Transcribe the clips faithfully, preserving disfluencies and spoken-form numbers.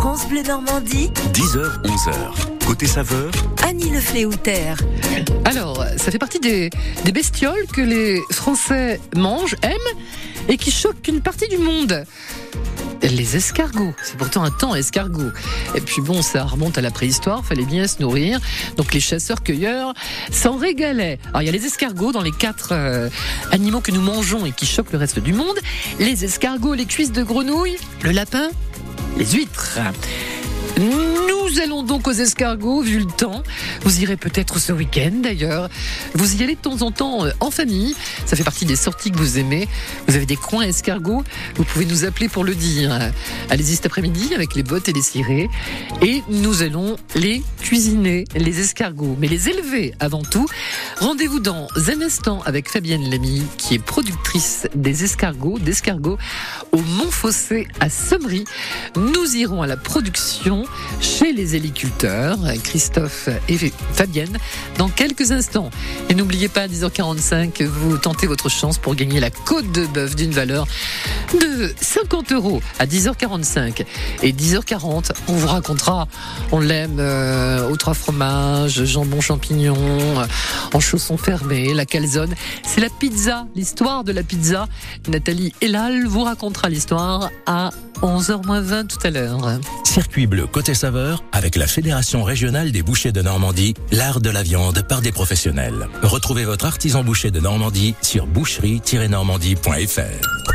France Bleu Normandie, dix heures onze heures. Côté saveur, Annie Le Fléoutère. Alors, ça fait partie des, des bestioles que les Français mangent, aiment et qui choquent une partie du monde. Les escargots, c'est pourtant un temps escargot. Et puis bon, ça remonte à la préhistoire, fallait bien se nourrir. Donc les chasseurs-cueilleurs s'en régalaient. Alors il y a les escargots dans les quatre euh, animaux que nous mangeons et qui choquent le reste du monde. Les escargots, les cuisses de grenouille, le lapin, les huîtres. Nous allons donc aux escargots, vu le temps. Vous irez peut-être ce week-end d'ailleurs. Vous y allez de temps en temps euh, en famille. Ça fait partie des sorties que vous aimez. Vous avez des coins escargots. Vous pouvez nous appeler pour le dire. Allez-y cet après-midi avec les bottes et les cirés. Et nous allons les cuisiner, les escargots. Mais les élever avant tout. Rendez-vous dans un instant avec Fabienne Lamy, qui est productrice des escargots, d'escargots au Montfossé à Sommery. Nous irons à la production chez les héliculteurs, Christophe et Fabienne, dans quelques instants. Et n'oubliez pas, à dix heures quarante-cinq, vous tentez votre chance pour gagner la côte de bœuf d'une valeur de cinquante euros à dix heures quarante-cinq. Et dix heures quarante, on vous racontera, on l'aime, euh, aux trois fromages, jambon champignon, euh, en chaussons fermés, la calzone. C'est la pizza, l'histoire de la pizza. Nathalie Elal vous racontera l'histoire à onze heures moins vingt tout à l'heure. Circuit bleu côté saveur avec la Fédération régionale des bouchers de Normandie, l'art de la viande par des professionnels. Retrouvez votre artisan boucher de Normandie sur boucherie tiret normandie point f r.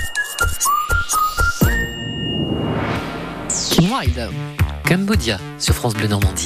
Kim Wilde, Cambodia sur France Bleu Normandie.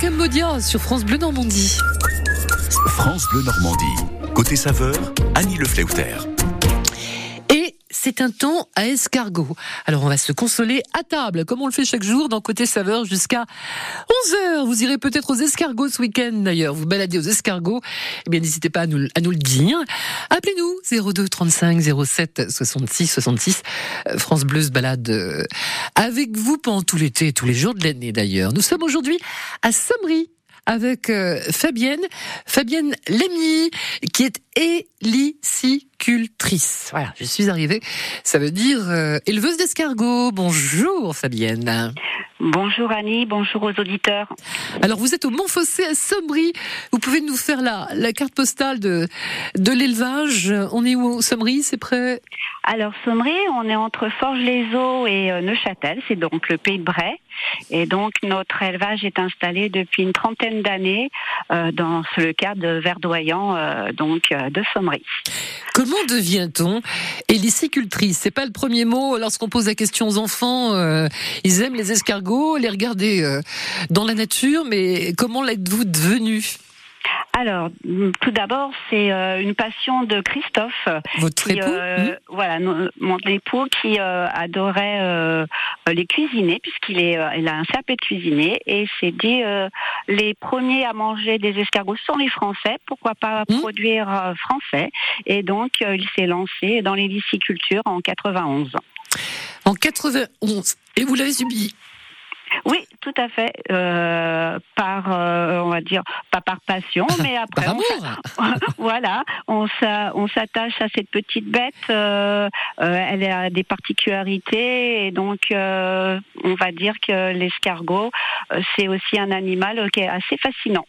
Cambodia sur France Bleu Normandie. France Bleu Normandie. Côté saveur, Annie Le Fléauter. Et c'est un temps à escargot. Alors on va se consoler à table, comme on le fait chaque jour dans Côté saveur jusqu'à onze heures. Vous irez peut-être aux escargots ce week-end d'ailleurs. Vous baladez aux escargots. Eh bien n'hésitez pas à nous, à nous le dire. Appelez-nous zéro deux trente-cinq zéro sept soixante-six soixante-six. France Bleu se balade avec vous pendant tout l'été, tous les jours de l'année d'ailleurs. Nous sommes aujourd'hui à Sommery avec euh, Fabienne, Fabienne Lémy, qui est hélicicultrice. Voilà, je suis arrivée. Ça veut dire euh, éleveuse d'escargots. Bonjour Fabienne. Bonjour Annie, bonjour aux auditeurs. Alors vous êtes au Montfossé à Sommery. Vous pouvez nous faire la, la carte postale de, de l'élevage. On est où, Sommery? C'est près? Alors Sommery, on est entre Forges-les-Eaux et euh, Neuchâtel, c'est donc le Pays de Bray. Et donc notre élevage est installé depuis une trentaine d'années euh, dans le cadre de verdoyant euh, donc euh, de Sommery. Comment devient-on hélicicultrice? C'est pas le premier mot lorsqu'on pose la question aux enfants. Euh, ils aiment les escargots, les regarder euh, dans la nature, mais comment l'êtes-vous devenue? Alors, tout d'abord, c'est euh, une passion de Christophe. Votre qui, époux euh, mmh. Voilà, no, mon époux qui euh, adorait euh, les cuisiner, puisqu'il est, euh, il a un C A P de cuisinier, et il s'est dit, euh, les premiers à manger des escargots sont les Français, pourquoi pas mmh. produire euh, français? Et donc, euh, il s'est lancé dans l'héliciculture en quatre-vingt-onze. En quatre-vingt-onze, et vous l'avez subi? Oui, tout à fait. Euh, par, euh, on va dire, pas par passion, mais après, par on voilà, on, s'a, on s'attache à cette petite bête. Euh, euh, elle a des particularités, et donc, euh, on va dire que l'escargot, euh, c'est aussi un animal qui est assez fascinant.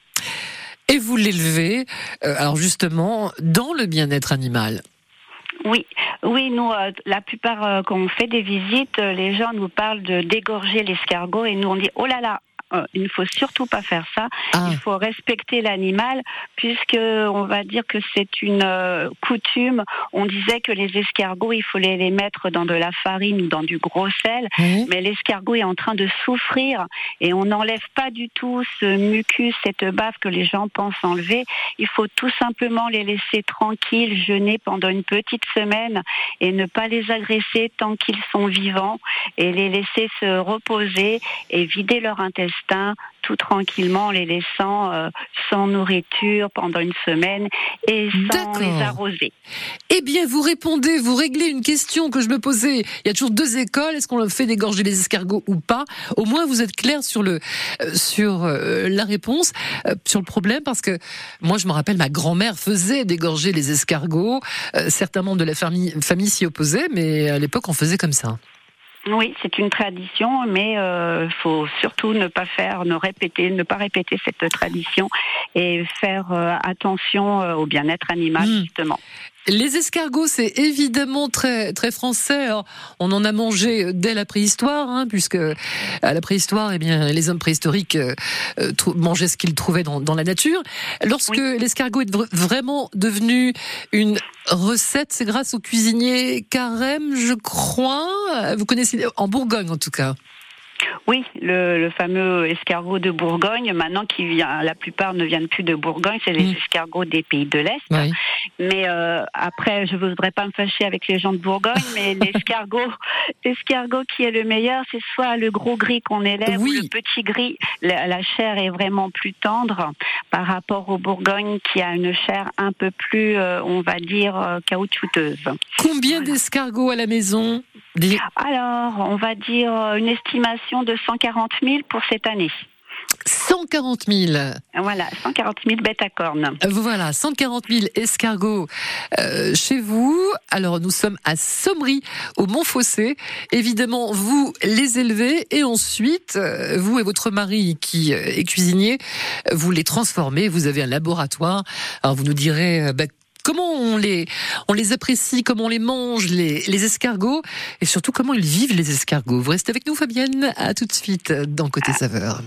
Et vous l'élevez, euh, alors justement, dans le bien-être animal. Oui, oui, nous, euh, la plupart, euh, quand on fait des visites, euh, les gens nous parlent de dégorger l'escargot et nous on dit, oh là là, euh, il ne faut surtout pas faire ça. Ah. Il faut respecter l'animal, puisque on va dire que c'est une euh, coutume. On disait que les escargots, il fallait les mettre dans de la farine ou dans du gros sel, mmh. mais l'escargot est en train de souffrir et on n'enlève pas du tout ce mucus, cette bave que les gens pensent enlever. Il faut tout simplement les laisser tranquilles, jeûner pendant une petite semaine et ne pas les agresser tant qu'ils sont vivants et les laisser se reposer et vider leur intestin tout tranquillement, en les laissant euh, sans nourriture pendant une semaine et sans D'accord. les arroser. Eh bien, vous répondez, vous réglez une question que je me posais. Il y a toujours deux écoles. Est-ce qu'on fait dégorger les escargots ou pas? Au moins, vous êtes clair sur le euh, sur euh, la réponse, euh, sur le problème, parce que moi, je me rappelle, ma grand-mère faisait dégorger les escargots. Euh, certains membres de la famille, famille s'y opposaient, mais à l'époque, on faisait comme ça. Oui, c'est une tradition, mais il euh, faut surtout ne pas faire, ne répéter, ne pas répéter cette tradition et faire euh, attention euh, au bien-être animal, mmh. justement. Les escargots, c'est évidemment très très français. Alors, on en a mangé dès la préhistoire, hein, puisque à la préhistoire, eh bien, les hommes préhistoriques euh, trou- mangeaient ce qu'ils trouvaient dans, dans la nature. Lorsque oui. l'escargot est v- vraiment devenu une recette, c'est grâce au cuisinier Carême, je crois. Vous connaissez, en Bourgogne en tout cas. Oui, le, le fameux escargot de Bourgogne, maintenant qui vient, la plupart ne viennent plus de Bourgogne, c'est les mmh. escargots des pays de l'Est. Oui. Mais euh, après, je ne voudrais pas me fâcher avec les gens de Bourgogne, mais l'escargot, l'escargot qui est le meilleur, c'est soit le gros gris qu'on élève oui. ou le petit gris. La, la chair est vraiment plus tendre par rapport au Bourgogne qui a une chair un peu plus, euh, on va dire, euh, caoutchouteuse. Combien voilà. d'escargots à la maison ? Des... Alors, on va dire une estimation de cent quarante mille pour cette année. cent quarante mille. Voilà, cent quarante mille bêtes à cornes. Voilà, cent quarante mille escargots euh, chez vous. Alors, nous sommes à Sommery, au Montfossé. Évidemment, vous les élevez et ensuite, euh, vous et votre mari qui est cuisinier, vous les transformez. Vous avez un laboratoire. Alors, vous nous direz... Euh, bah, comment on les, on les apprécie, comment on les mange, les, les escargots, et surtout comment ils vivent les escargots. Vous restez avec nous, Fabienne. À tout de suite dans Côté Saveur.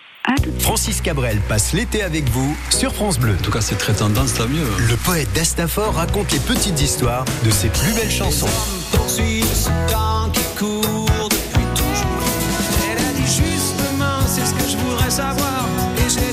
Francis Cabrel passe l'été avec vous sur France Bleu. En tout cas, c'est très tendance, tant mieux. Le poète d'Astafort raconte les petites histoires de ses plus belles chansons. Poursuivre ce temps qui court depuis toujours. Elle a dit justement, c'est ce que je voudrais savoir. Et j'ai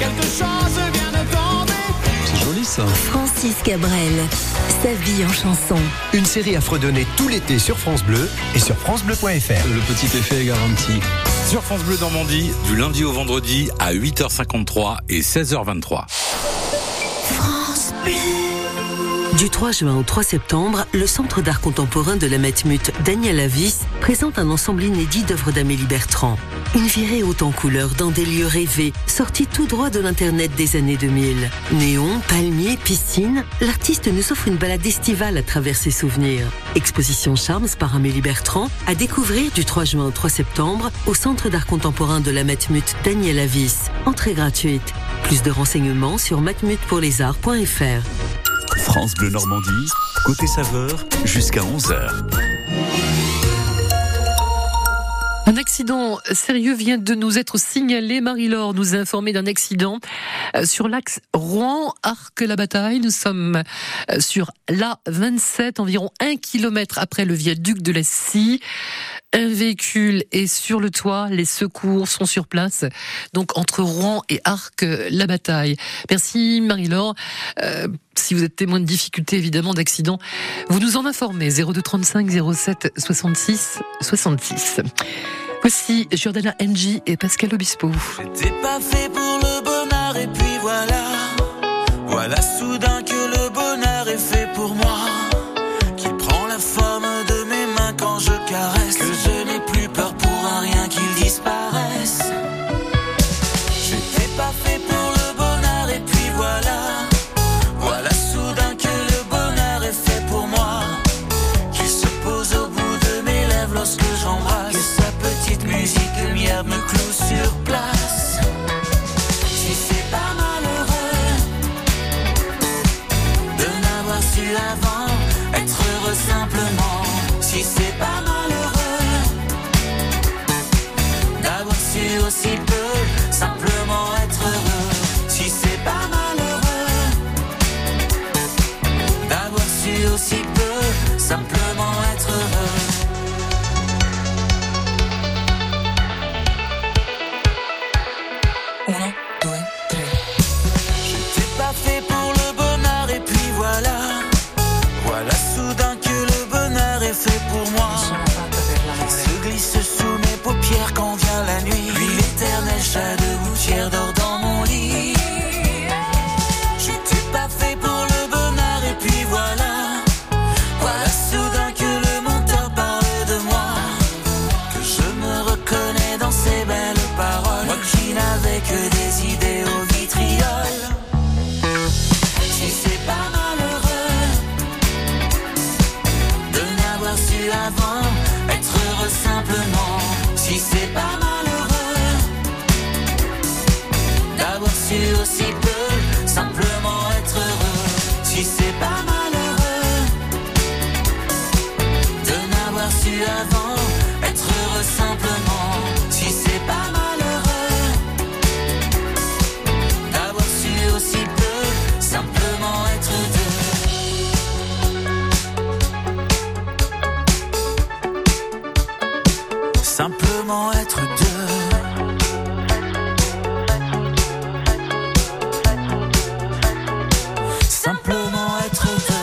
quelque chose vient de tomber. C'est joli ça. Francis Cabrel, sa vie en chanson. Une série à fredonner tout l'été sur France Bleu et sur francebleu point f r. Le petit effet est garanti. Sur France Bleu Normandie, du lundi au vendredi à huit heures cinquante-trois et seize heures vingt-trois. France Bleu. Du trois juin au trois septembre, le Centre d'art contemporain de la Matmut Daniel Avis présente un ensemble inédit d'œuvres d'Amélie Bertrand. Une virée haute en couleurs dans des lieux rêvés, sortis tout droit de l'Internet des années deux mille. Néon, palmiers, piscine, l'artiste nous offre une balade estivale à travers ses souvenirs. Exposition Charmes par Amélie Bertrand à découvrir du trois juin au trois septembre au Centre d'art contemporain de la Matmut Daniel Avis. Entrée gratuite. Plus de renseignements sur matmut pour les arts point f r. France Bleu Normandie, côté saveur, jusqu'à onze heures. Un accident sérieux vient de nous être signalé. Marie-Laure nous a informé d'un accident sur l'axe Rouen-Arc-la-Bataille. Nous sommes sur l'A vingt-sept, environ un kilomètre après le viaduc de la Scie. Un véhicule est sur le toit, les secours sont sur place, donc entre Rouen et Arc-la-Bataille. Merci Marie-Laure. Euh, si vous êtes témoin de difficultés, évidemment, d'accidents, vous nous en informez. zéro deux trente-cinq zéro sept soixante-six soixante-six. Voici Jordana Engie et Pascal Obispo. J'étais pas fait pour le bonheur et puis voilà. Voilà soudain que le bonheur est fait pour moi. Qui prend la forme de mes mains quand je caresse. Que je n'ai plus peur pour un rien qu'il disparaisse. J'étais pas fait pour le bonheur et puis voilà. Voilà soudain que le bonheur est fait pour moi. Qu'il se pose au bout de mes lèvres lorsque j'embrasse. Que sa petite musique lumière me cloue sur place. Si c'est pas malheureux de n'avoir su avant être heureux simplement. Si c'est pas malheureux d'avoir su aussi peu simplement être heureux. Si c'est pas malheureux d'avoir su aussi peu simplement être heureux. Uno, deux, tres. J'étais pas fait pour le bonheur et puis voilà. Voilà soudain que le bonheur est fait pour moi. Il se glisse sous mes paupières quand vient la nuit. Puis l'éternel chat de gouttière dort dans mon lit. J'étais pas fait pour le bonheur et puis voilà. Voilà soudain que le monteur parle de moi. Que je me reconnais dans ces belles paroles. Moi qui n'avais que des idées au vitriol. Si c'est pas malheureux de n'avoir su avant être heureux simplement. Si c'est pas malheureux d'avoir su aussi peu simplement être heureux. Si c'est pas malheureux de n'avoir su avant être heureux simplement. Si c'est pas malheureux d'avoir su aussi peu simplement être deux. Simplement être deux. Simplement être deux.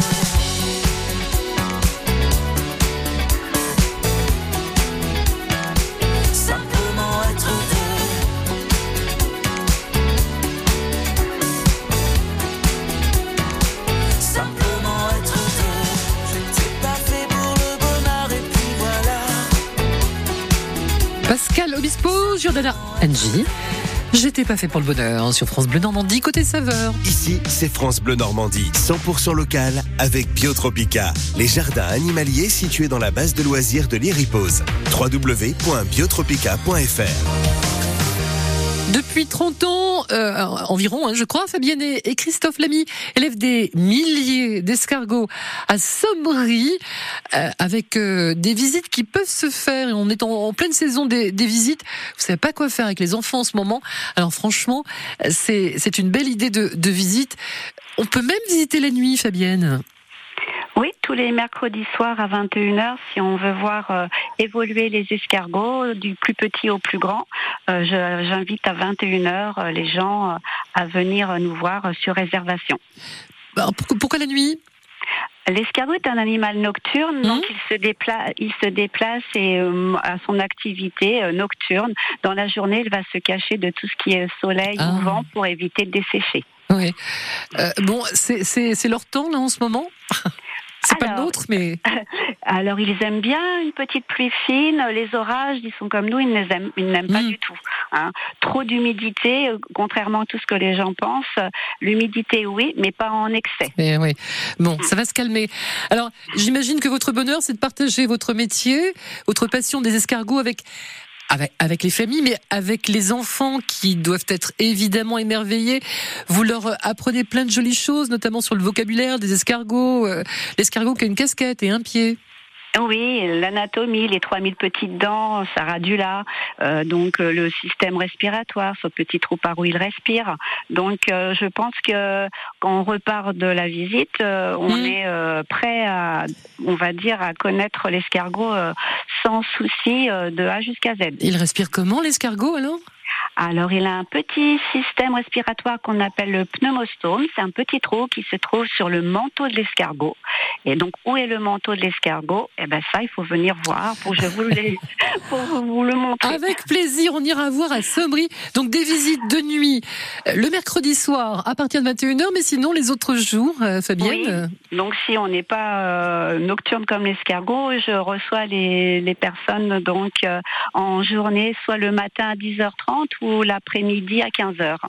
Simplement être deux. Simplement être deux. J'étais pas fait pour le bonheur et puis voilà. Pascal Obispo, Jordana Engie. J'étais pas fait pour le bonheur sur France Bleu Normandie, côté saveur. Ici, c'est France Bleu Normandie, cent pour cent local avec Biotropica, les jardins animaliers situés dans la base de loisirs de l'Iripose. w w w point biotropica point f r. Depuis trente ans, euh, environ, hein, je crois, Fabienne et, et Christophe Lamy élèvent des milliers d'escargots à Sommery, euh, avec euh, des visites qui peuvent se faire. Et on est en, en pleine saison des, des visites. Vous savez pas quoi faire avec les enfants en ce moment. Alors franchement, c'est, c'est une belle idée de, de visite. On peut même visiter la nuit, Fabienne. Oui, tous les mercredis soirs à vingt et une heures, si on veut voir euh, évoluer les escargots du plus petit au plus grand, euh, je, j'invite à vingt et une heures euh, les gens euh, à venir nous voir euh, sur réservation. Alors, pourquoi, pourquoi la nuit ? L'escargot est un animal nocturne, mmh. donc il se déplace, il se déplace et euh, à son activité euh, nocturne. Dans la journée, il va se cacher de tout ce qui est soleil ah. ou vent pour éviter de dessécher. Oui. Euh, bon, c'est, c'est, c'est leur temps là en ce moment. C'est alors, pas le nôtre, mais... Alors, ils aiment bien une petite pluie fine. Les orages, ils sont comme nous, ils n'aiment, ils n'aiment mmh. pas du tout. Hein. Trop d'humidité, contrairement à tout ce que les gens pensent. L'humidité, oui, mais pas en excès. Et oui. Bon, mmh. ça va se calmer. Alors, j'imagine que votre bonheur, c'est de partager votre métier, votre passion des escargots avec... Avec, avec les familles, mais avec les enfants qui doivent être évidemment émerveillés. Vous leur apprenez plein de jolies choses, notamment sur le vocabulaire des escargots. Euh, l'escargot qui a une casquette et un pied. Oui, l'anatomie, les trois mille petites dents, sa radula, euh, donc euh, le système respiratoire, ce petit trou par où il respire. Donc euh, je pense que quand on repart de la visite, euh, on mmh. est euh, prêt à, on va dire, à connaître l'escargot euh, sans souci euh, de A jusqu'à Z. Il respire comment l'escargot alors ? Alors, il a un petit système respiratoire qu'on appelle le pneumostome. C'est un petit trou qui se trouve sur le manteau de l'escargot. Et donc, où est le manteau de l'escargot ? Eh ben ça, il faut venir voir pour que je vous le, pour vous le montrer. Avec plaisir, on ira voir à Sombry. Donc, des visites de nuit le mercredi soir à partir de vingt et une heures, mais sinon les autres jours, euh, Fabienne. Oui. Donc, si on n'est pas euh, nocturne comme l'escargot, je reçois les, les personnes donc euh, en journée, soit le matin à dix heures trente ou l'après-midi à quinze heures.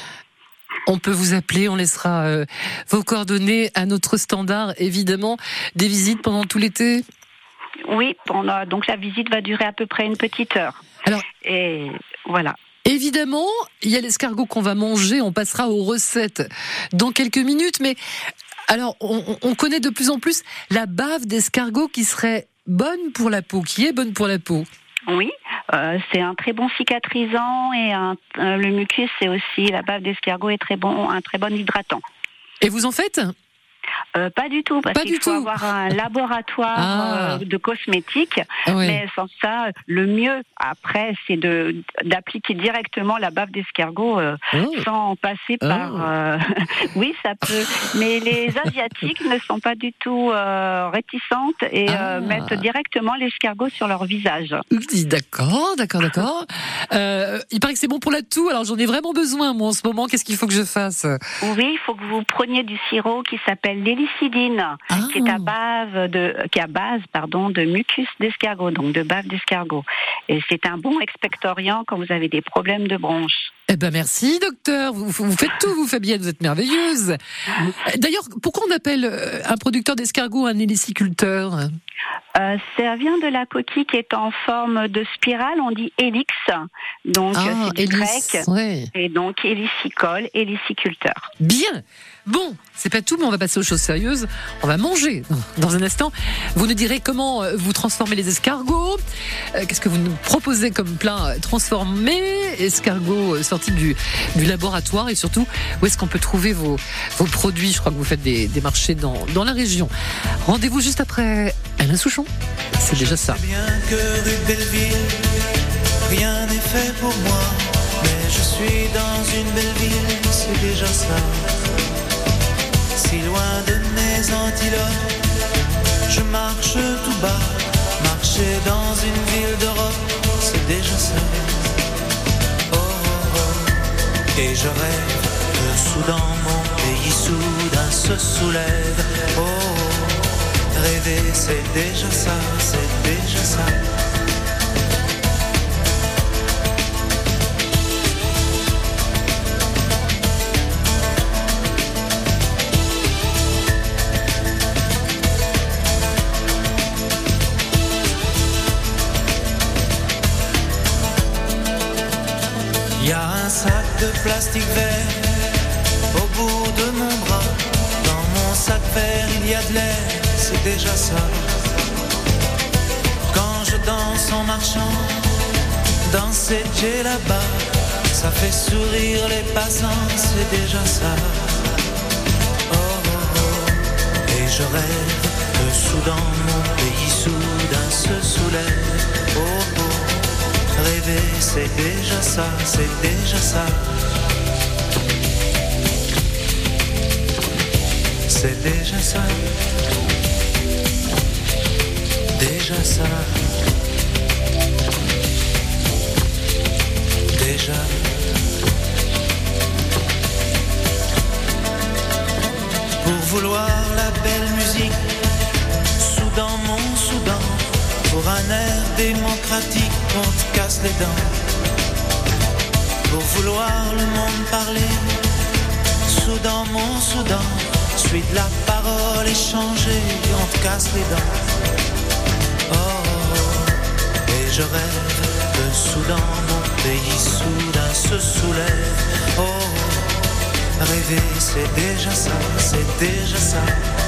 On peut vous appeler, on laissera euh, vos coordonnées à notre standard, évidemment. Des visites pendant tout l'été ? Oui, pendant, donc la visite va durer à peu près une petite heure. Alors, et voilà. Évidemment, il y a l'escargot qu'on va manger, on passera aux recettes dans quelques minutes, mais alors on, on connaît de plus en plus la bave d'escargot qui serait bonne pour la peau, qui est bonne pour la peau. Oui, euh, c'est un très bon cicatrisant et un, euh, le mucus, c'est aussi, la bave d'escargot est très bon, un très bon hydratant. Et vous en faites ? Euh, pas du tout, parce pas qu'il faut tout. avoir un laboratoire ah. euh, de cosmétiques. Ah oui. Mais sans ça, le mieux après, c'est de d'appliquer directement la bave d'escargot euh, oh. sans passer oh. par. Euh... oui, ça peut. Mais les Asiatiques ne sont pas du tout euh, réticentes et ah. euh, mettent directement l'escargot sur leur visage. D'accord, d'accord, d'accord. Euh, il paraît que c'est bon pour la toux. Alors j'en ai vraiment besoin moi en ce moment. Qu'est-ce qu'il faut que je fasse ? Oui, il faut que vous preniez du sirop qui s'appelle l'hélicidine, ah. qui est à base de, qui est à base, pardon, de mucus d'escargot, donc de bave d'escargot. Et c'est un bon expectorant quand vous avez des problèmes de bronches. Eh ben merci, docteur. Vous, vous faites tout, vous Fabienne, vous êtes merveilleuse. D'ailleurs, pourquoi on appelle un producteur d'escargot un héliciculteur ? Euh, ça vient de la coquille qui est en forme de spirale, on dit hélix, donc ah, c'est du hélice, grec, ouais. Et donc hélicicole, héliciculteur. Bien. Bon, c'est pas tout, mais on va passer aux choses sérieuses. On va manger dans un instant. Vous nous direz comment vous transformez les escargots. Qu'est-ce que vous nous proposez comme plat transformé, escargots sortis du, du laboratoire, et surtout où est-ce qu'on peut trouver vos, vos produits. Je crois que vous faites des, des marchés dans, dans la région. Rendez-vous juste après Alain Souchon. C'est déjà ça. Je sais bien que rue Belleville, rien n'est fait pour moi, mais je suis dans une belle ville, c'est déjà ça. Si loin de mes antilopes, je marche tout bas. Marcher dans une ville d'Europe, c'est déjà ça. Oh, oh, oh. Et je rêve que soudain mon pays soudain se soulève. Oh, oh. Rêver c'est déjà ça, c'est déjà ça. Il y a un sac de plastique vert au bout de mon bras. Dans mon sac vert il y a de l'air, c'est déjà ça. Quand je danse en marchant dans cette jet là-bas, ça fait sourire les passants, c'est déjà ça. Oh, oh, oh. Et je rêve que soudain mon pays soudain se soulève. Oh oh, rêver c'est déjà ça, c'est déjà ça. C'est déjà ça. Déjà ça. Déjà. Pour vouloir la belle musique, soudain mon soudain, pour un air démocratique, on te casse les dents. Pour vouloir le monde parler, soudain mon soudain, suite la parole échangée, on te casse les dents. Oh, et je rêve que soudain mon pays soudain se soulève. Oh, rêver c'est déjà ça, c'est déjà ça.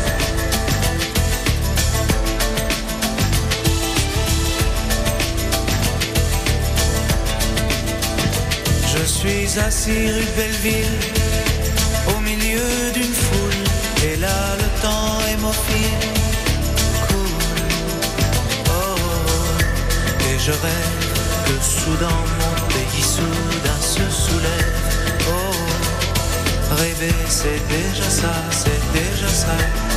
Je suis assis rue de Belleville, au milieu d'une foule, et là le temps hémophile coule. Oh, et je rêve que soudain mon pays soudain se soulève. Oh, rêver c'est déjà ça, c'est déjà ça.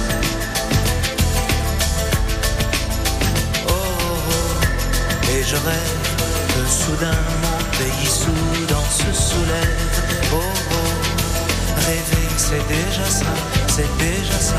Oh, oh, et je rêve que soudain mon pays soudain se soulève. Oh, oh, rêver c'est déjà ça, c'est déjà ça.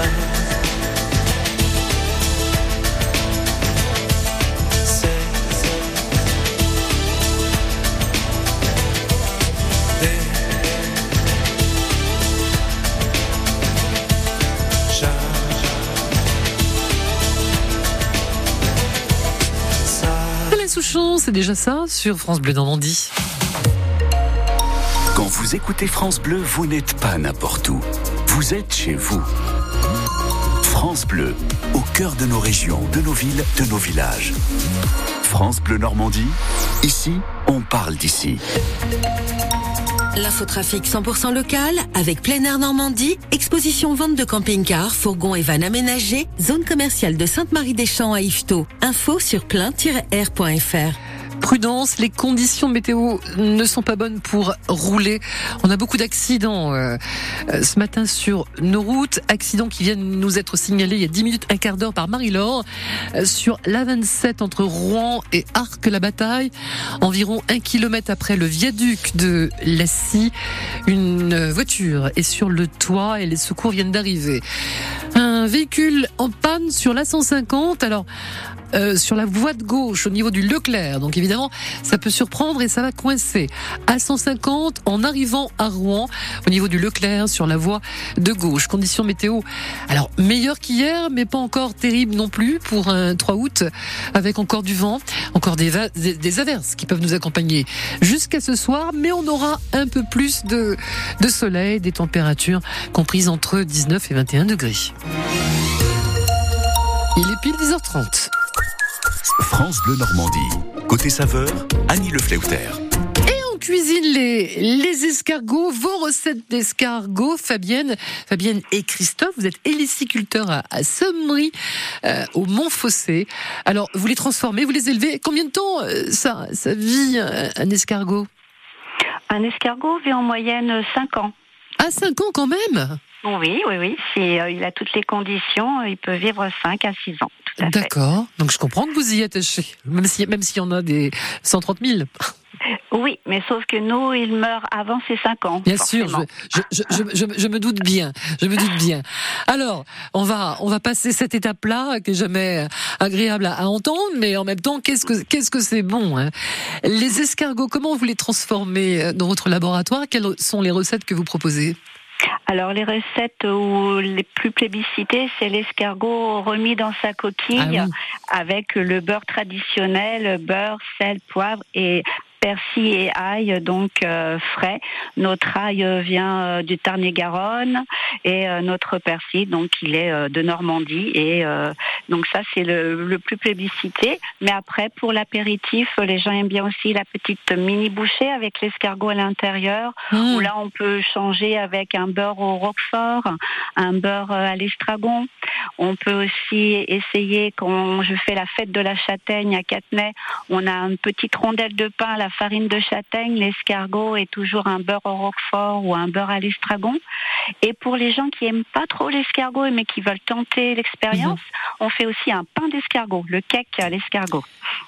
Souchon, c'est déjà ça sur France Bleu Normandie. Quand vous écoutez France Bleu, vous n'êtes pas n'importe où. Vous êtes chez vous. France Bleu, au cœur de nos régions, de nos villes, de nos villages. France Bleu Normandie, ici, on parle d'ici. L'infotrafic cent pour cent local avec Plein Air Normandie, exposition vente de camping-cars, fourgons et vannes aménagés, zone commerciale de Sainte-Marie-des-Champs à Yvetot. Info sur plein tiret air point f r. Prudence, les conditions météo ne sont pas bonnes pour rouler. On a beaucoup d'accidents euh, ce matin sur nos routes. Accidents qui viennent nous être signalés il y a dix minutes, un quart d'heure par Marie-Laure. Euh, sur l'A vingt-sept entre Rouen et Arc-la-Bataille. Environ un kilomètre après le viaduc de Lacy. Une voiture est sur le toit et les secours viennent d'arriver. Un véhicule en panne sur l'A cent cinquante. Alors, Euh, sur la voie de gauche au niveau du Leclerc. Donc évidemment, ça peut surprendre et ça va coincer. A cent cinquante en arrivant à Rouen au niveau du Leclerc sur la voie de gauche. Conditions météo, alors meilleure qu'hier, mais pas encore terrible non plus pour un trois août avec encore du vent, encore des, va- des, des averses qui peuvent nous accompagner jusqu'à ce soir, mais on aura un peu plus de, de soleil, des températures comprises entre dix-neuf et vingt et un degrés. Il est pile dix heures trente. France Bleu Normandie. Côté saveur, Annie Lefleuter. Et on cuisine les, les escargots, vos recettes d'escargots. Fabienne, Fabienne et Christophe, vous êtes héliciculteurs à, à Sommery, euh, au Montfossé. Alors, vous les transformez, vous les élevez. Combien de temps euh, ça, ça vit un, un escargot ? Un escargot vit en moyenne cinq ans. Ah, cinq ans quand même ? Oui, oui, oui. Si euh, il a toutes les conditions, il peut vivre cinq à six ans. Tout à D'accord. Fait. Donc je comprends que vous y attachez, même si, même s'il y en a des cent trente mille. Oui, mais sauf que nous, il meurt avant ses cinq ans. Bien forcément. sûr, je, je, je, je, je me doute bien. Je me doute bien. Alors, on va, on va passer cette étape-là, qui est jamais agréable à, à entendre, mais en même temps, qu'est-ce que, qu'est-ce que c'est bon, hein. Les escargots, comment vous les transformez dans votre laboratoire ? Quelles sont les recettes que vous proposez ? Alors les recettes où les plus plébiscitées, c'est l'escargot remis dans sa coquille, ah oui, avec le beurre traditionnel, beurre, sel, poivre et persil et ail, donc euh, frais. Notre ail euh, vient euh, du Tarn-et-Garonne et euh, notre persil, donc il est euh, de Normandie. Et euh, donc ça, c'est le, le plus plébiscité. Mais après, pour l'apéritif, les gens aiment bien aussi la petite mini bouchée avec l'escargot à l'intérieur, mmh. où là, on peut changer avec un beurre au roquefort, un beurre à l'estragon. On peut aussi essayer, quand je fais la fête de la châtaigne à Catenay, on a une petite rondelle de pain à la farine de châtaigne, l'escargot et toujours un beurre au roquefort ou un beurre à l'estragon. Et pour les gens qui aiment pas trop l'escargot mais qui veulent tenter l'expérience, mmh. on fait aussi un pain d'escargot, le cake à l'escargot.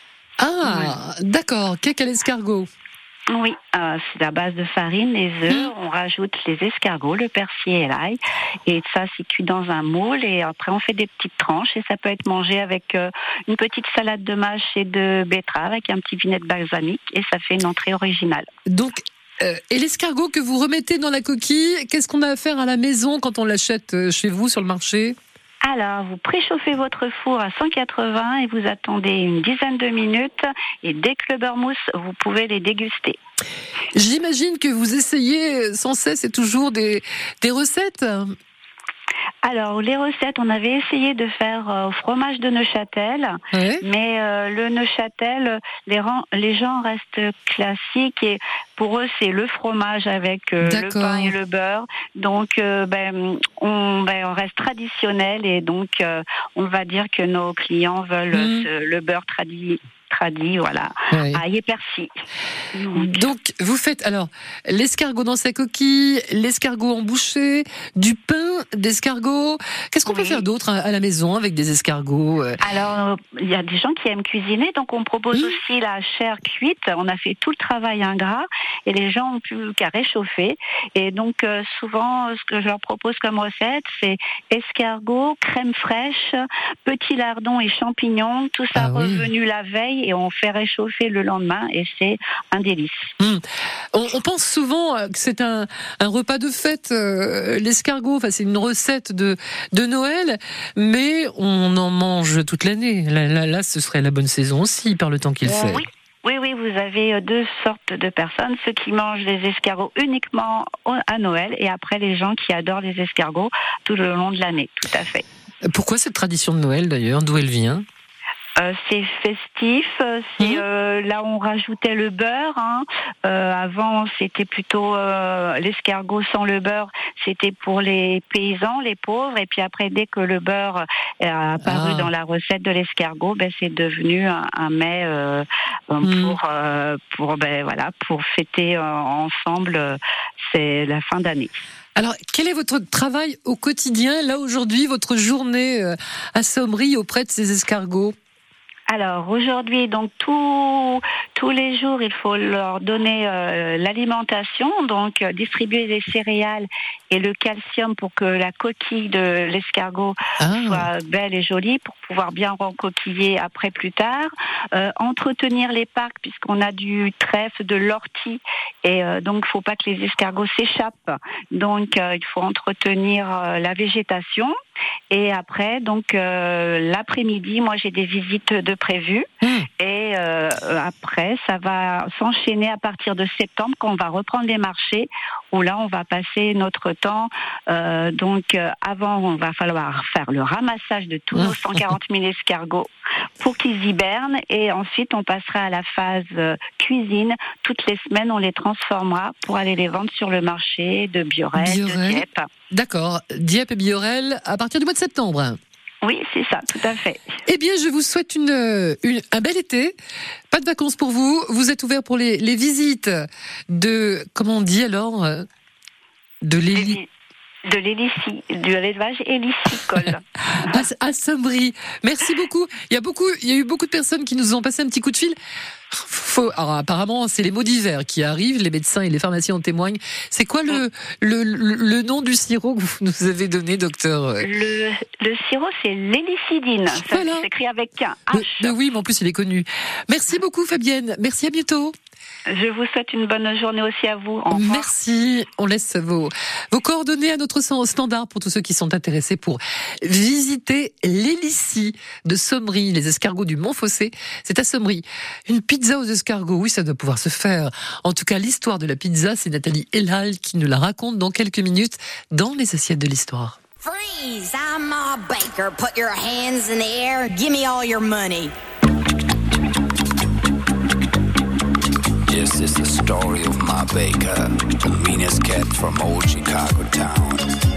Ah, oui. D'accord, cake à l'escargot. Oui, euh, c'est à base de farine, les œufs, mmh. on rajoute les escargots, le persil et l'ail, et ça c'est cuit dans un moule, et après on fait des petites tranches, et ça peut être mangé avec euh, une petite salade de mâche et de betterave, avec un petit vinaigre balsamique, et ça fait une entrée originale. Donc, euh, et l'escargot que vous remettez dans la coquille, qu'est-ce qu'on a à faire à la maison quand on l'achète chez vous sur le marché ? Alors, vous préchauffez votre four à cent quatre-vingts et vous attendez une dizaine de minutes. Et dès que le beurre mousse, vous pouvez les déguster. J'imagine que vous essayez sans cesse et toujours des, des recettes. Alors, les recettes, on avait essayé de faire euh, fromage de Neuchâtel, oui. mais euh, le Neuchâtel, les, ran- les gens restent classiques et pour eux, c'est le fromage avec euh, le pain et le beurre. Donc, euh, ben, on, ben, on reste traditionnel et donc, euh, on va dire que nos clients veulent mmh. ce, le beurre traditionnel. Tradit, voilà, oui. ail et persil. Donc. Donc, vous faites alors l'escargot dans sa coquille, l'escargot en bouchée, du pain d'escargot. Qu'est-ce qu'on oui. peut faire d'autre à la maison avec des escargots ? Alors, il y a des gens qui aiment cuisiner, donc on propose mmh. aussi la chair cuite. On a fait tout le travail ingrat et les gens ont plus qu'à réchauffer. Et donc, euh, souvent, ce que je leur propose comme recette, c'est escargot, crème fraîche, petits lardons et champignons, tout ça ah, revenu oui. la veille. Et on fait réchauffer le lendemain et c'est un délice. Mmh. On, on pense souvent que c'est un, un repas de fête, euh, l'escargot. Enfin, c'est une recette de, de Noël, mais on en mange toute l'année. Là, là, là, ce serait la bonne saison aussi par le temps qu'il fait. Oui. Oui, oui, vous avez deux sortes de personnes, ceux qui mangent les escargots uniquement à Noël et après les gens qui adorent les escargots tout le long de l'année, tout à fait. Pourquoi cette tradition de Noël d'ailleurs ? D'où elle vient ? Euh, c'est festif, c'est mmh. euh, là on rajoutait le beurre. Hein. Euh, avant c'était plutôt euh, l'escargot sans le beurre, c'était pour les paysans, les pauvres. Et puis après dès que le beurre est apparu ah. dans la recette de l'escargot, ben c'est devenu un, un mets euh, mmh. pour euh, pour ben voilà pour fêter euh, ensemble. Euh, c'est la fin d'année. Alors, quel est votre travail au quotidien là aujourd'hui, votre journée euh, à Sommery auprès de ces escargots ? Alors aujourd'hui, donc tous tous les jours, il faut leur donner euh, l'alimentation, donc euh, distribuer les céréales et le calcium pour que la coquille de l'escargot ah. soit belle et jolie, pour pouvoir bien rencoquiller après plus tard. Euh, entretenir les parcs puisqu'on a du trèfle, de l'ortie et euh, donc il faut pas que les escargots s'échappent. Donc euh, il faut entretenir euh, la végétation. Et après, donc euh, l'après-midi, moi j'ai des visites de prévues. Mmh. Et euh, après, ça va s'enchaîner à partir de septembre quand on va reprendre les marchés, où là on va passer notre temps. Euh, donc euh, avant, on va falloir faire le ramassage de tous nos cent quarante mille escargots pour qu'ils hibernent. Et ensuite, on passera à la phase euh, cuisine. Toutes les semaines, on les transformera pour aller les vendre sur le marché de Biorel, de Dieppe. D'accord, Dieppe et Biorel à partir du mois de septembre. Oui, c'est ça, tout à fait. Eh bien, je vous souhaite une, une, un bel été. Pas de vacances pour vous. Vous êtes ouvert pour les, les visites de, comment on dit alors, de l'héli... De l'hélicie, de l'élevage hélicicole. à, à Sommery. Merci beaucoup. Il y a beaucoup, il y a eu beaucoup de personnes qui nous ont passé un petit coup de fil. Faut, alors apparemment, c'est les maux d'hiver qui arrivent. Les médecins et les pharmaciens en témoignent. C'est quoi le, le, le, le nom du sirop que vous nous avez donné, docteur ? Le, le sirop, c'est l'hélicidine. Ça voilà. s'écrit avec un H. Mais, mais oui, mais en plus, il est connu. Merci beaucoup, Fabienne. Merci, à bientôt. Je vous souhaite une bonne journée aussi à vous. Merci. On laisse vos, vos coordonnées à notre standard pour tous ceux qui sont intéressés pour visiter l'Hélicie de Sommery, les escargots du Montfossé. C'est à Sommery. Une pizza aux escargots, oui, ça doit pouvoir se faire. En tout cas, l'histoire de la pizza, c'est Nathalie Elhal qui nous la raconte dans quelques minutes dans les assiettes de l'histoire. Freeze! I'm Ma Baker. Put your hands in the air. Give me all your money. This is the story of Ma Baker, the meanest cat from old Chicago town.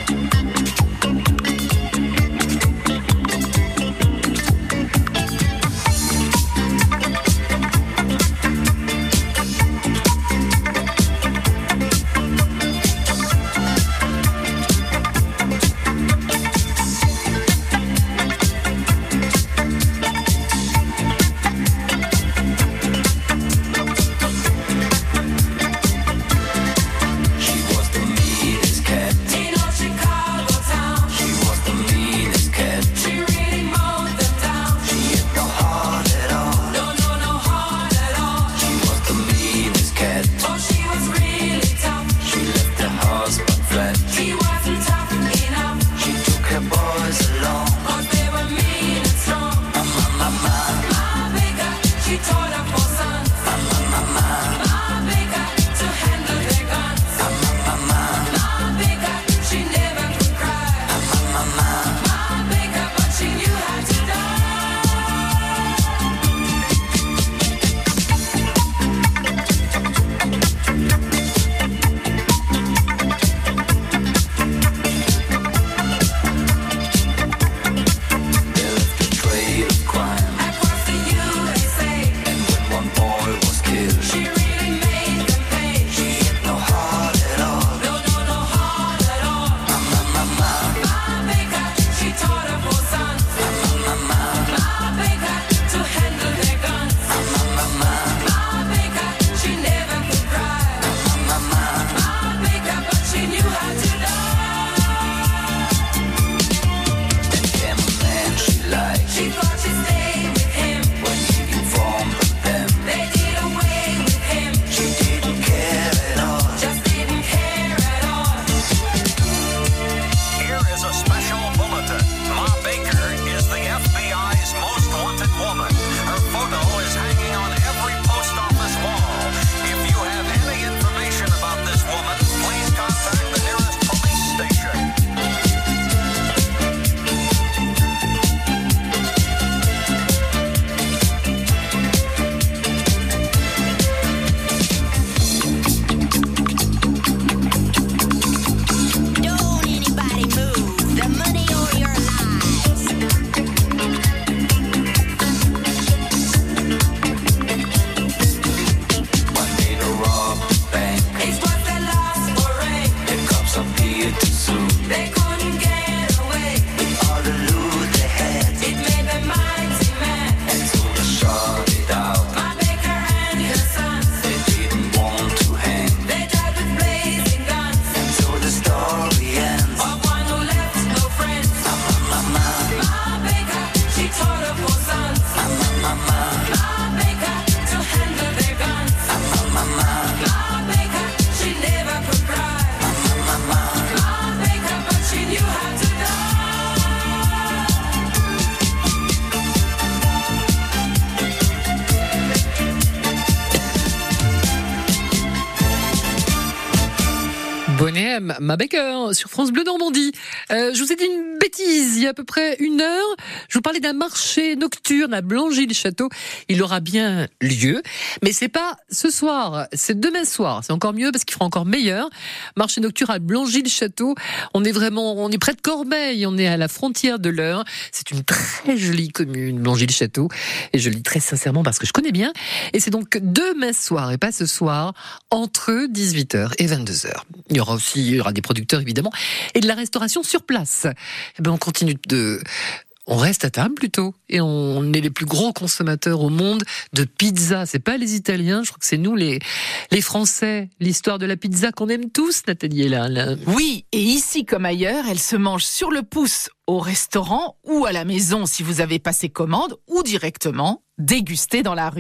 Ma Baker sur France Bleu Normandie. Euh, je vous ai dit une bêtise il y a à peu près une heure. Je vous parlais d'un marché nocturne à Blangy-le-Château. Il aura bien lieu, mais c'est pas ce soir, c'est demain soir. C'est encore mieux parce qu'il fera encore meilleur. Marché nocturne à Blangy-le-Château. On est vraiment, on est près de Corbeil, on est à la frontière de l'Eure. C'est une très jolie commune, Blangy-le-Château. Et je le dis très sincèrement parce que je connais bien. Et c'est donc demain soir et pas ce soir, entre dix-huit heures et vingt-deux heures. Il y aura aussi, il y aura des producteurs évidemment, et de la restauration sur place. Et ben on continue de, on reste à table plutôt, et on est les plus gros consommateurs au monde de pizza. C'est pas les Italiens, je crois que c'est nous les les Français. L'histoire de la pizza qu'on aime tous, Nathalie est là, là. Oui, et ici comme ailleurs, elle se mange sur le pouce au restaurant ou à la maison si vous avez passé commande, ou directement dégustée dans la rue.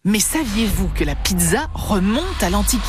Mais saviez-vous que la pizza remonte à l'Antiquité ?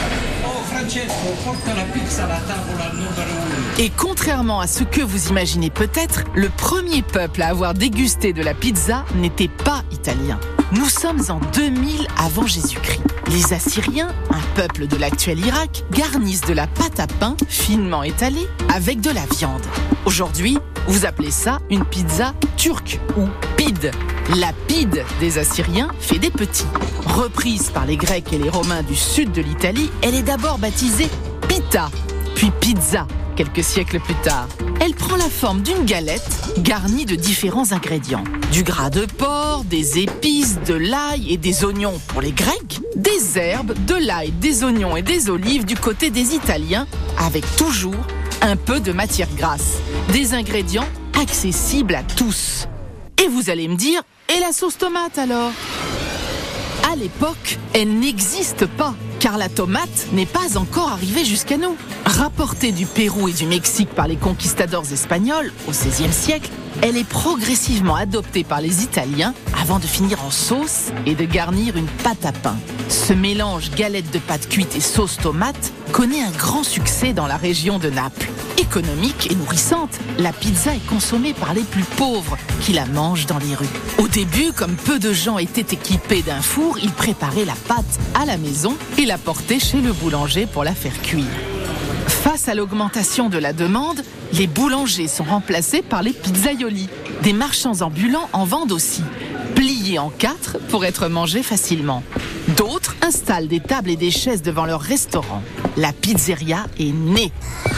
Et contrairement à ce que vous imaginez peut-être, le premier peuple à avoir dégusté de la pizza n'était pas italien. Nous sommes en deux mille avant Jésus-Christ. Les Assyriens, un peuple de l'actuel Irak, garnissent de la pâte à pain finement étalée avec de la viande. Aujourd'hui, vous appelez ça une pizza turque ou pide. La pide des Assyriens fait des petits. Reprise par les Grecs et les Romains du sud de l'Italie, elle est d'abord baptisée pita, puis pizza, quelques siècles plus tard. Elle prend la forme d'une galette garnie de différents ingrédients. Du gras de porc, des épices, de l'ail et des oignons pour les Grecs, des herbes, de l'ail, des oignons et des olives du côté des Italiens, avec toujours un peu de matière grasse. Des ingrédients accessibles à tous. Et vous allez me dire, et la sauce tomate alors ? À l'époque, elle n'existe pas, car la tomate n'est pas encore arrivée jusqu'à nous. Rapportée du Pérou et du Mexique par les conquistadors espagnols au seizième siècle, elle est progressivement adoptée par les Italiens avant de finir en sauce et de garnir une pâte à pain. Ce mélange galette de pâte cuite et sauce tomate connaît un grand succès dans la région de Naples. Économique et nourrissante, la pizza est consommée par les plus pauvres qui la mangent dans les rues. Au début, comme peu de gens étaient équipés d'un four, ils préparaient la pâte à la maison et la portaient chez le boulanger pour la faire cuire. Face à l'augmentation de la demande, les boulangers sont remplacés par les pizzaiolis. Des marchands ambulants en vendent aussi, pliés en quatre pour être mangés facilement. D'autres installent des tables et des chaises devant leur restaurant. La pizzeria est née.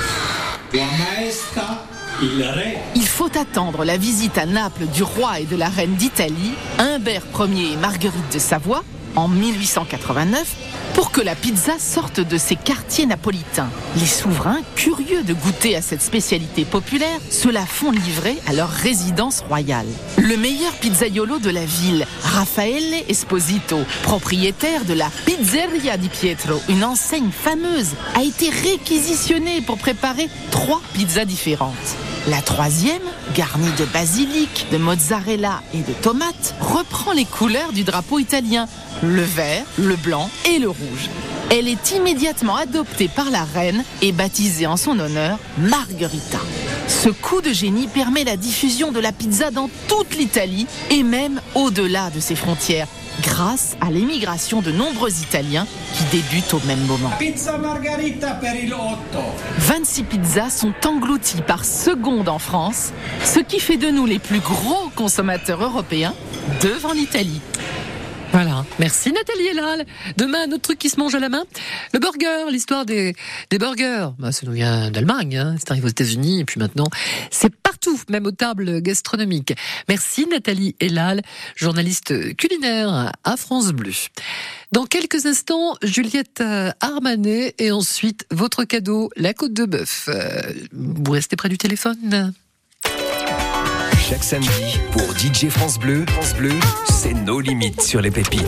Il faut attendre la visite à Naples du roi et de la reine d'Italie, Humbert Ier et Marguerite de Savoie, en mille huit cent quatre-vingt-neuf, pour que la pizza sorte de ses quartiers napolitains. Les souverains, curieux de goûter à cette spécialité populaire, se la font livrer à leur résidence royale. Le meilleur pizzaiolo de la ville, Raffaele Esposito, propriétaire de la Pizzeria di Pietro, une enseigne fameuse, a été réquisitionné pour préparer trois pizzas différentes. La troisième, garnie de basilic, de mozzarella et de tomates, reprend les couleurs du drapeau italien, le vert, le blanc et le rouge. Elle est immédiatement adoptée par la reine et baptisée en son honneur Margherita. Ce coup de génie permet la diffusion de la pizza dans toute l'Italie et même au-delà de ses frontières, grâce à l'émigration de nombreux Italiens qui débutent au même moment. Pizza Margherita per il otto. vingt-six pizzas sont englouties par seconde en France, ce qui fait de nous les plus gros consommateurs européens devant l'Italie. Voilà, merci Nathalie Elal. Demain, un autre truc qui se mange à la main, le burger, l'histoire des, des burgers. Bah, ça nous vient d'Allemagne, hein. C'est arrivé aux États-Unis et puis maintenant, c'est partout, même aux tables gastronomiques. Merci Nathalie Elal, journaliste culinaire à France Bleu. Dans quelques instants, Juliette Armanet et ensuite votre cadeau, la côte de bœuf. Vous restez près du téléphone. Chaque samedi, pour D J France Bleu, France Bleu, c'est nos limites sur les pépites.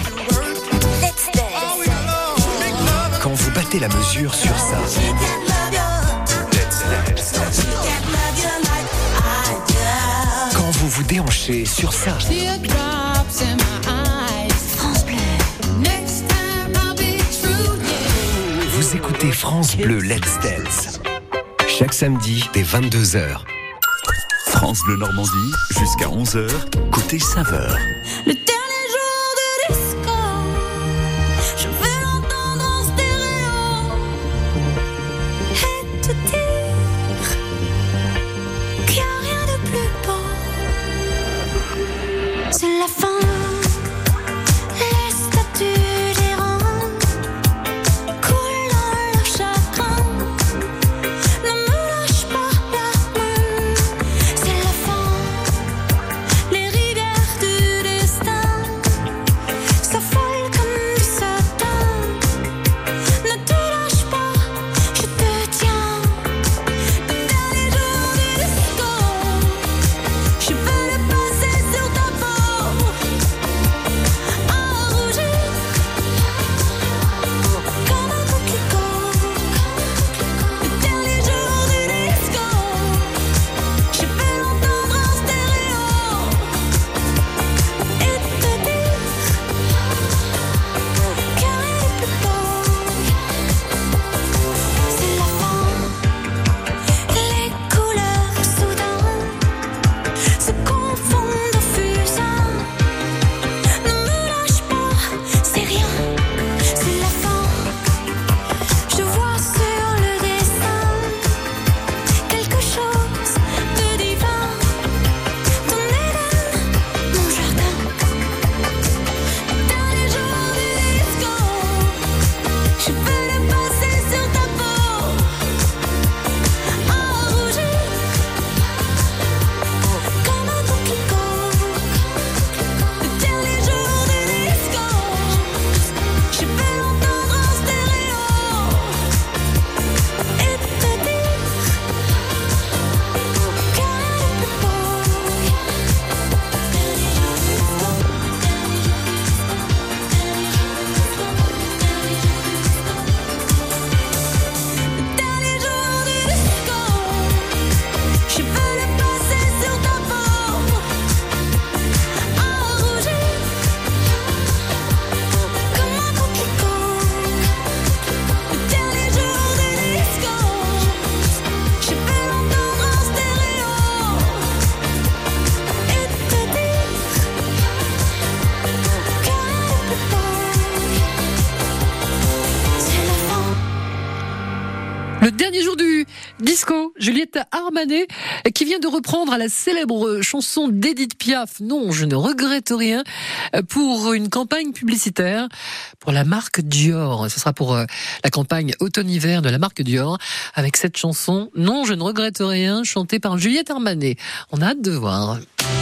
Quand vous battez la mesure sur ça, quand vous vous déhanchez sur ça, vous écoutez France Bleu Let's Dance. Chaque samedi, dès vingt-deux heures. France Bleu Normandie, jusqu'à onze heures, côté saveur. Le dernier jour de disco, je veux l'entendre en stéréo et te dire qu'il n'y a rien de plus beau. C'est la fin, les statues d'errants coulent dans leur chagrin. Ne me lâche pas la main. C'est la fin, les rivières du destin Disco, Juliette Armanet, qui vient de reprendre la célèbre chanson d'Edith Piaf, Non, je ne regrette rien, pour une campagne publicitaire pour la marque Dior. Ce sera pour la campagne automne-hiver de la marque Dior, avec cette chanson, Non, je ne regrette rien, chantée par Juliette Armanet. On a hâte de voir.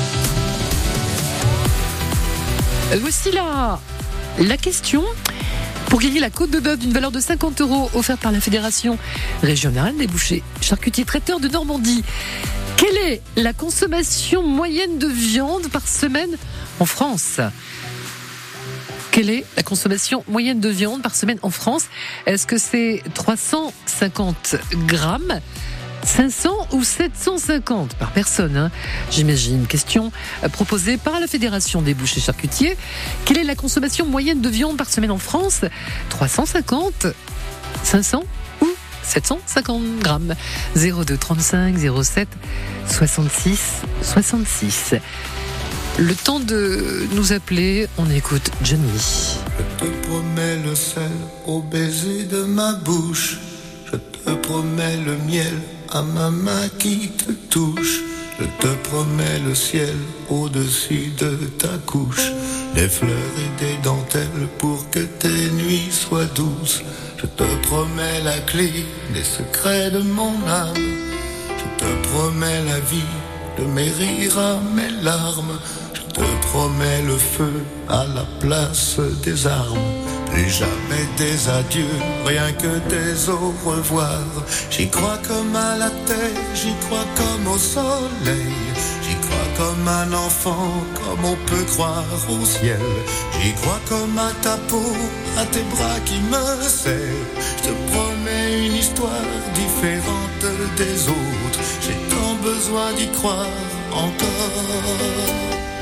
Voici la, la question. Pour gagner la côte de bœuf d'une valeur de cinquante euros offerte par la Fédération régionale des bouchers charcutiers traiteurs de Normandie, quelle est la consommation moyenne de viande par semaine en France ? Quelle est la consommation moyenne de viande par semaine en France ? Est-ce que c'est trois cent cinquante grammes, cinq cents ou sept cent cinquante par personne, hein, j'imagine. Question proposée par la Fédération des bouchers charcutiers. Quelle est la consommation moyenne de viande par semaine en France ? trois cent cinquante, cinq cents ou sept cent cinquante grammes. zéro deux trente-cinq zéro sept soixante-six soixante-six. Le temps de nous appeler, on écoute Johnny. Je te promets le sel au baiser de ma bouche. Je te promets le miel à ma main qui te touche. Je te promets le ciel au-dessus de ta couche. Des fleurs et des dentelles pour que tes nuits soient douces. Je te promets la clé des secrets de mon âme. Je te promets la vie de mes rires à mes larmes. Je te promets le feu à la place des armes. Plus jamais des adieux, rien que des au revoir. J'y crois comme à la terre, j'y crois comme au soleil. J'y crois comme un enfant, comme on peut croire au ciel. J'y crois comme à ta peau, à tes bras qui me serrent. Je te promets une histoire différente des autres. J'ai tant besoin d'y croire encore.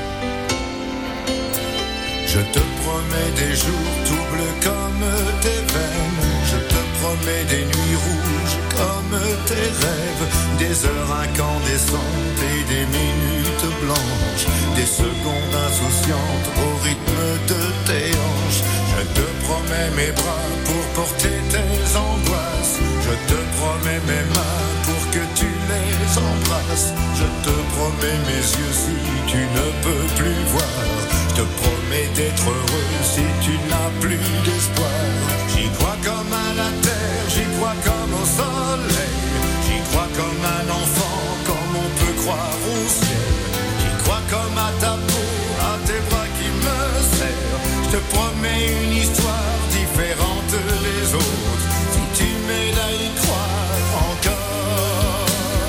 Je te promets des jours tout bleus comme tes veines. Je te promets des nuits rouges comme tes rêves. Des heures incandescentes et des minutes blanches. Des secondes insouciantes au rythme de tes hanches. Je te promets mes bras pour porter tes angoisses. Je te promets mes mains pour que tu les embrasses. Je te promets mes yeux si tu ne peux plus voir. Je te promets d'être heureux si tu n'as plus d'espoir. J'y crois comme à la terre, j'y crois comme au soleil. J'y crois comme un enfant, comme on peut croire au ciel. J'y crois comme à ta peau, à tes bras qui me serrent. Je te promets une histoire différente des autres. Si tu m'aides à y croire encore.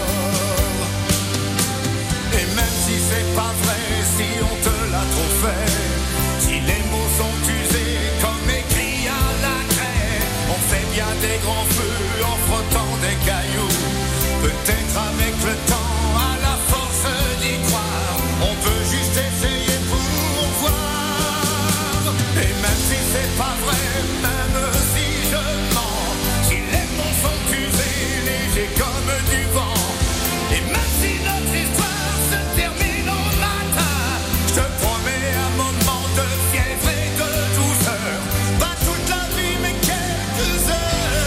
Et même si c'est pas vrai, si on te l'a trop fait, si les mots sont usés comme écrits à la craie, on fait bien des grands feux en frottant des cailloux. Peut-être avec le temps, à la force d'y croire, on peut juste essayer pour voir. Et même si c'est pas vrai, même si je mens, si les mots sont usés, légers comme du vent, et même si notre histoire se termine au matin, je te promets un moment de fièvre et de douceur. Pas toute la vie, mais quelques heures.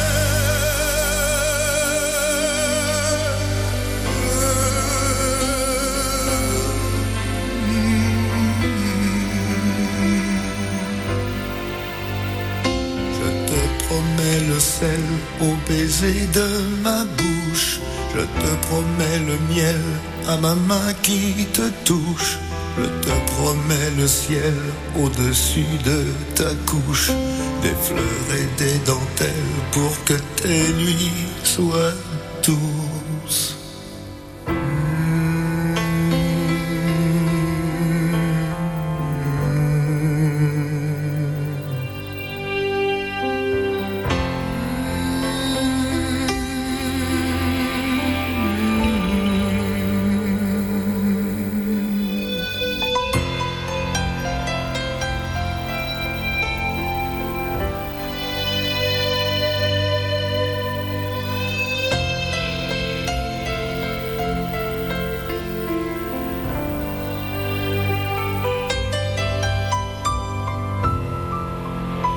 Je te promets le sel au baiser de ma bouche. Je te promets le miel à ma main qui te touche. Je te promets le ciel au-dessus de ta couche. Des fleurs et des dentelles pour que tes nuits soient douces.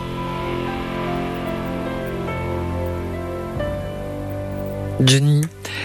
Johnny,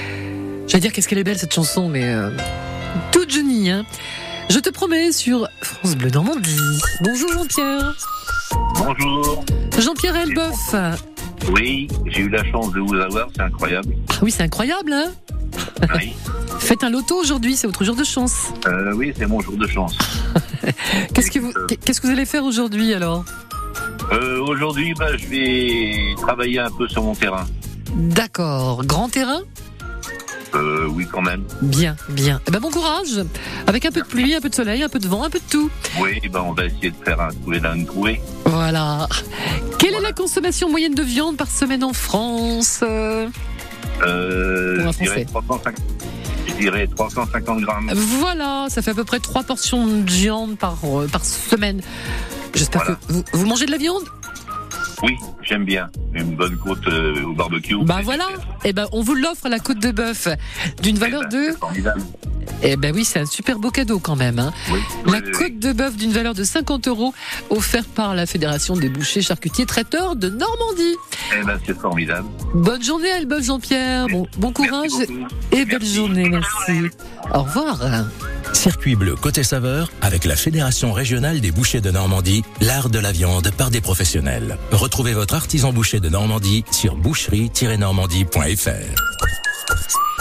J'allais dire qu'est-ce qu'elle est belle cette chanson, mais euh, toute Johnny, hein. Je te promets sur France Bleu Normandie. Bonjour Jean-Pierre. Bonjour. Jean-Pierre Elbeuf. Oui, j'ai eu la chance de vous avoir, c'est incroyable. Ah oui, c'est incroyable, hein. Oui. Faites un loto aujourd'hui, c'est votre jour de chance. Euh, oui, c'est mon jour de chance. Qu'est-ce que vous, qu'est-ce que vous allez faire aujourd'hui alors? euh, Aujourd'hui, bah, je vais travailler un peu sur mon terrain. D'accord. Grand terrain? Euh, oui, quand même. Bien, bien. Eh ben, bon courage. Avec un peu de pluie, un peu de soleil, un peu de vent, un peu de tout. Oui, ben, on va essayer de faire un trouver là, une trouée. Voilà. Quelle voilà. est la consommation moyenne de viande par semaine en France? Euh, je dirais trois cent cinquante. Je dirais trois cent cinquante grammes. Voilà, ça fait à peu près trois portions de viande par, euh, par semaine. J'espère voilà. que vous, vous mangez de la viande? Oui, j'aime bien. Une bonne côte euh, au barbecue. Bah voilà, et eh ben on vous l'offre, la côte de bœuf d'une valeur eh ben, de... C'est formidable. Eh ben oui, c'est un super beau cadeau quand même. Hein. Oui, la oui, côte oui. de bœuf d'une valeur de cinquante euros offerte par la Fédération des bouchers, charcutiers, traiteurs de Normandie. Eh ben c'est formidable. Bonne journée à Elbeuf Jean-Pierre, bon, bon courage et belle Merci. journée, merci. Au revoir. Circuit bleu côté saveur avec la Fédération régionale des bouchers de Normandie, l'art de la viande par des professionnels. Retrouvez votre artisan boucher de Normandie sur boucherie tiret normandie point f r.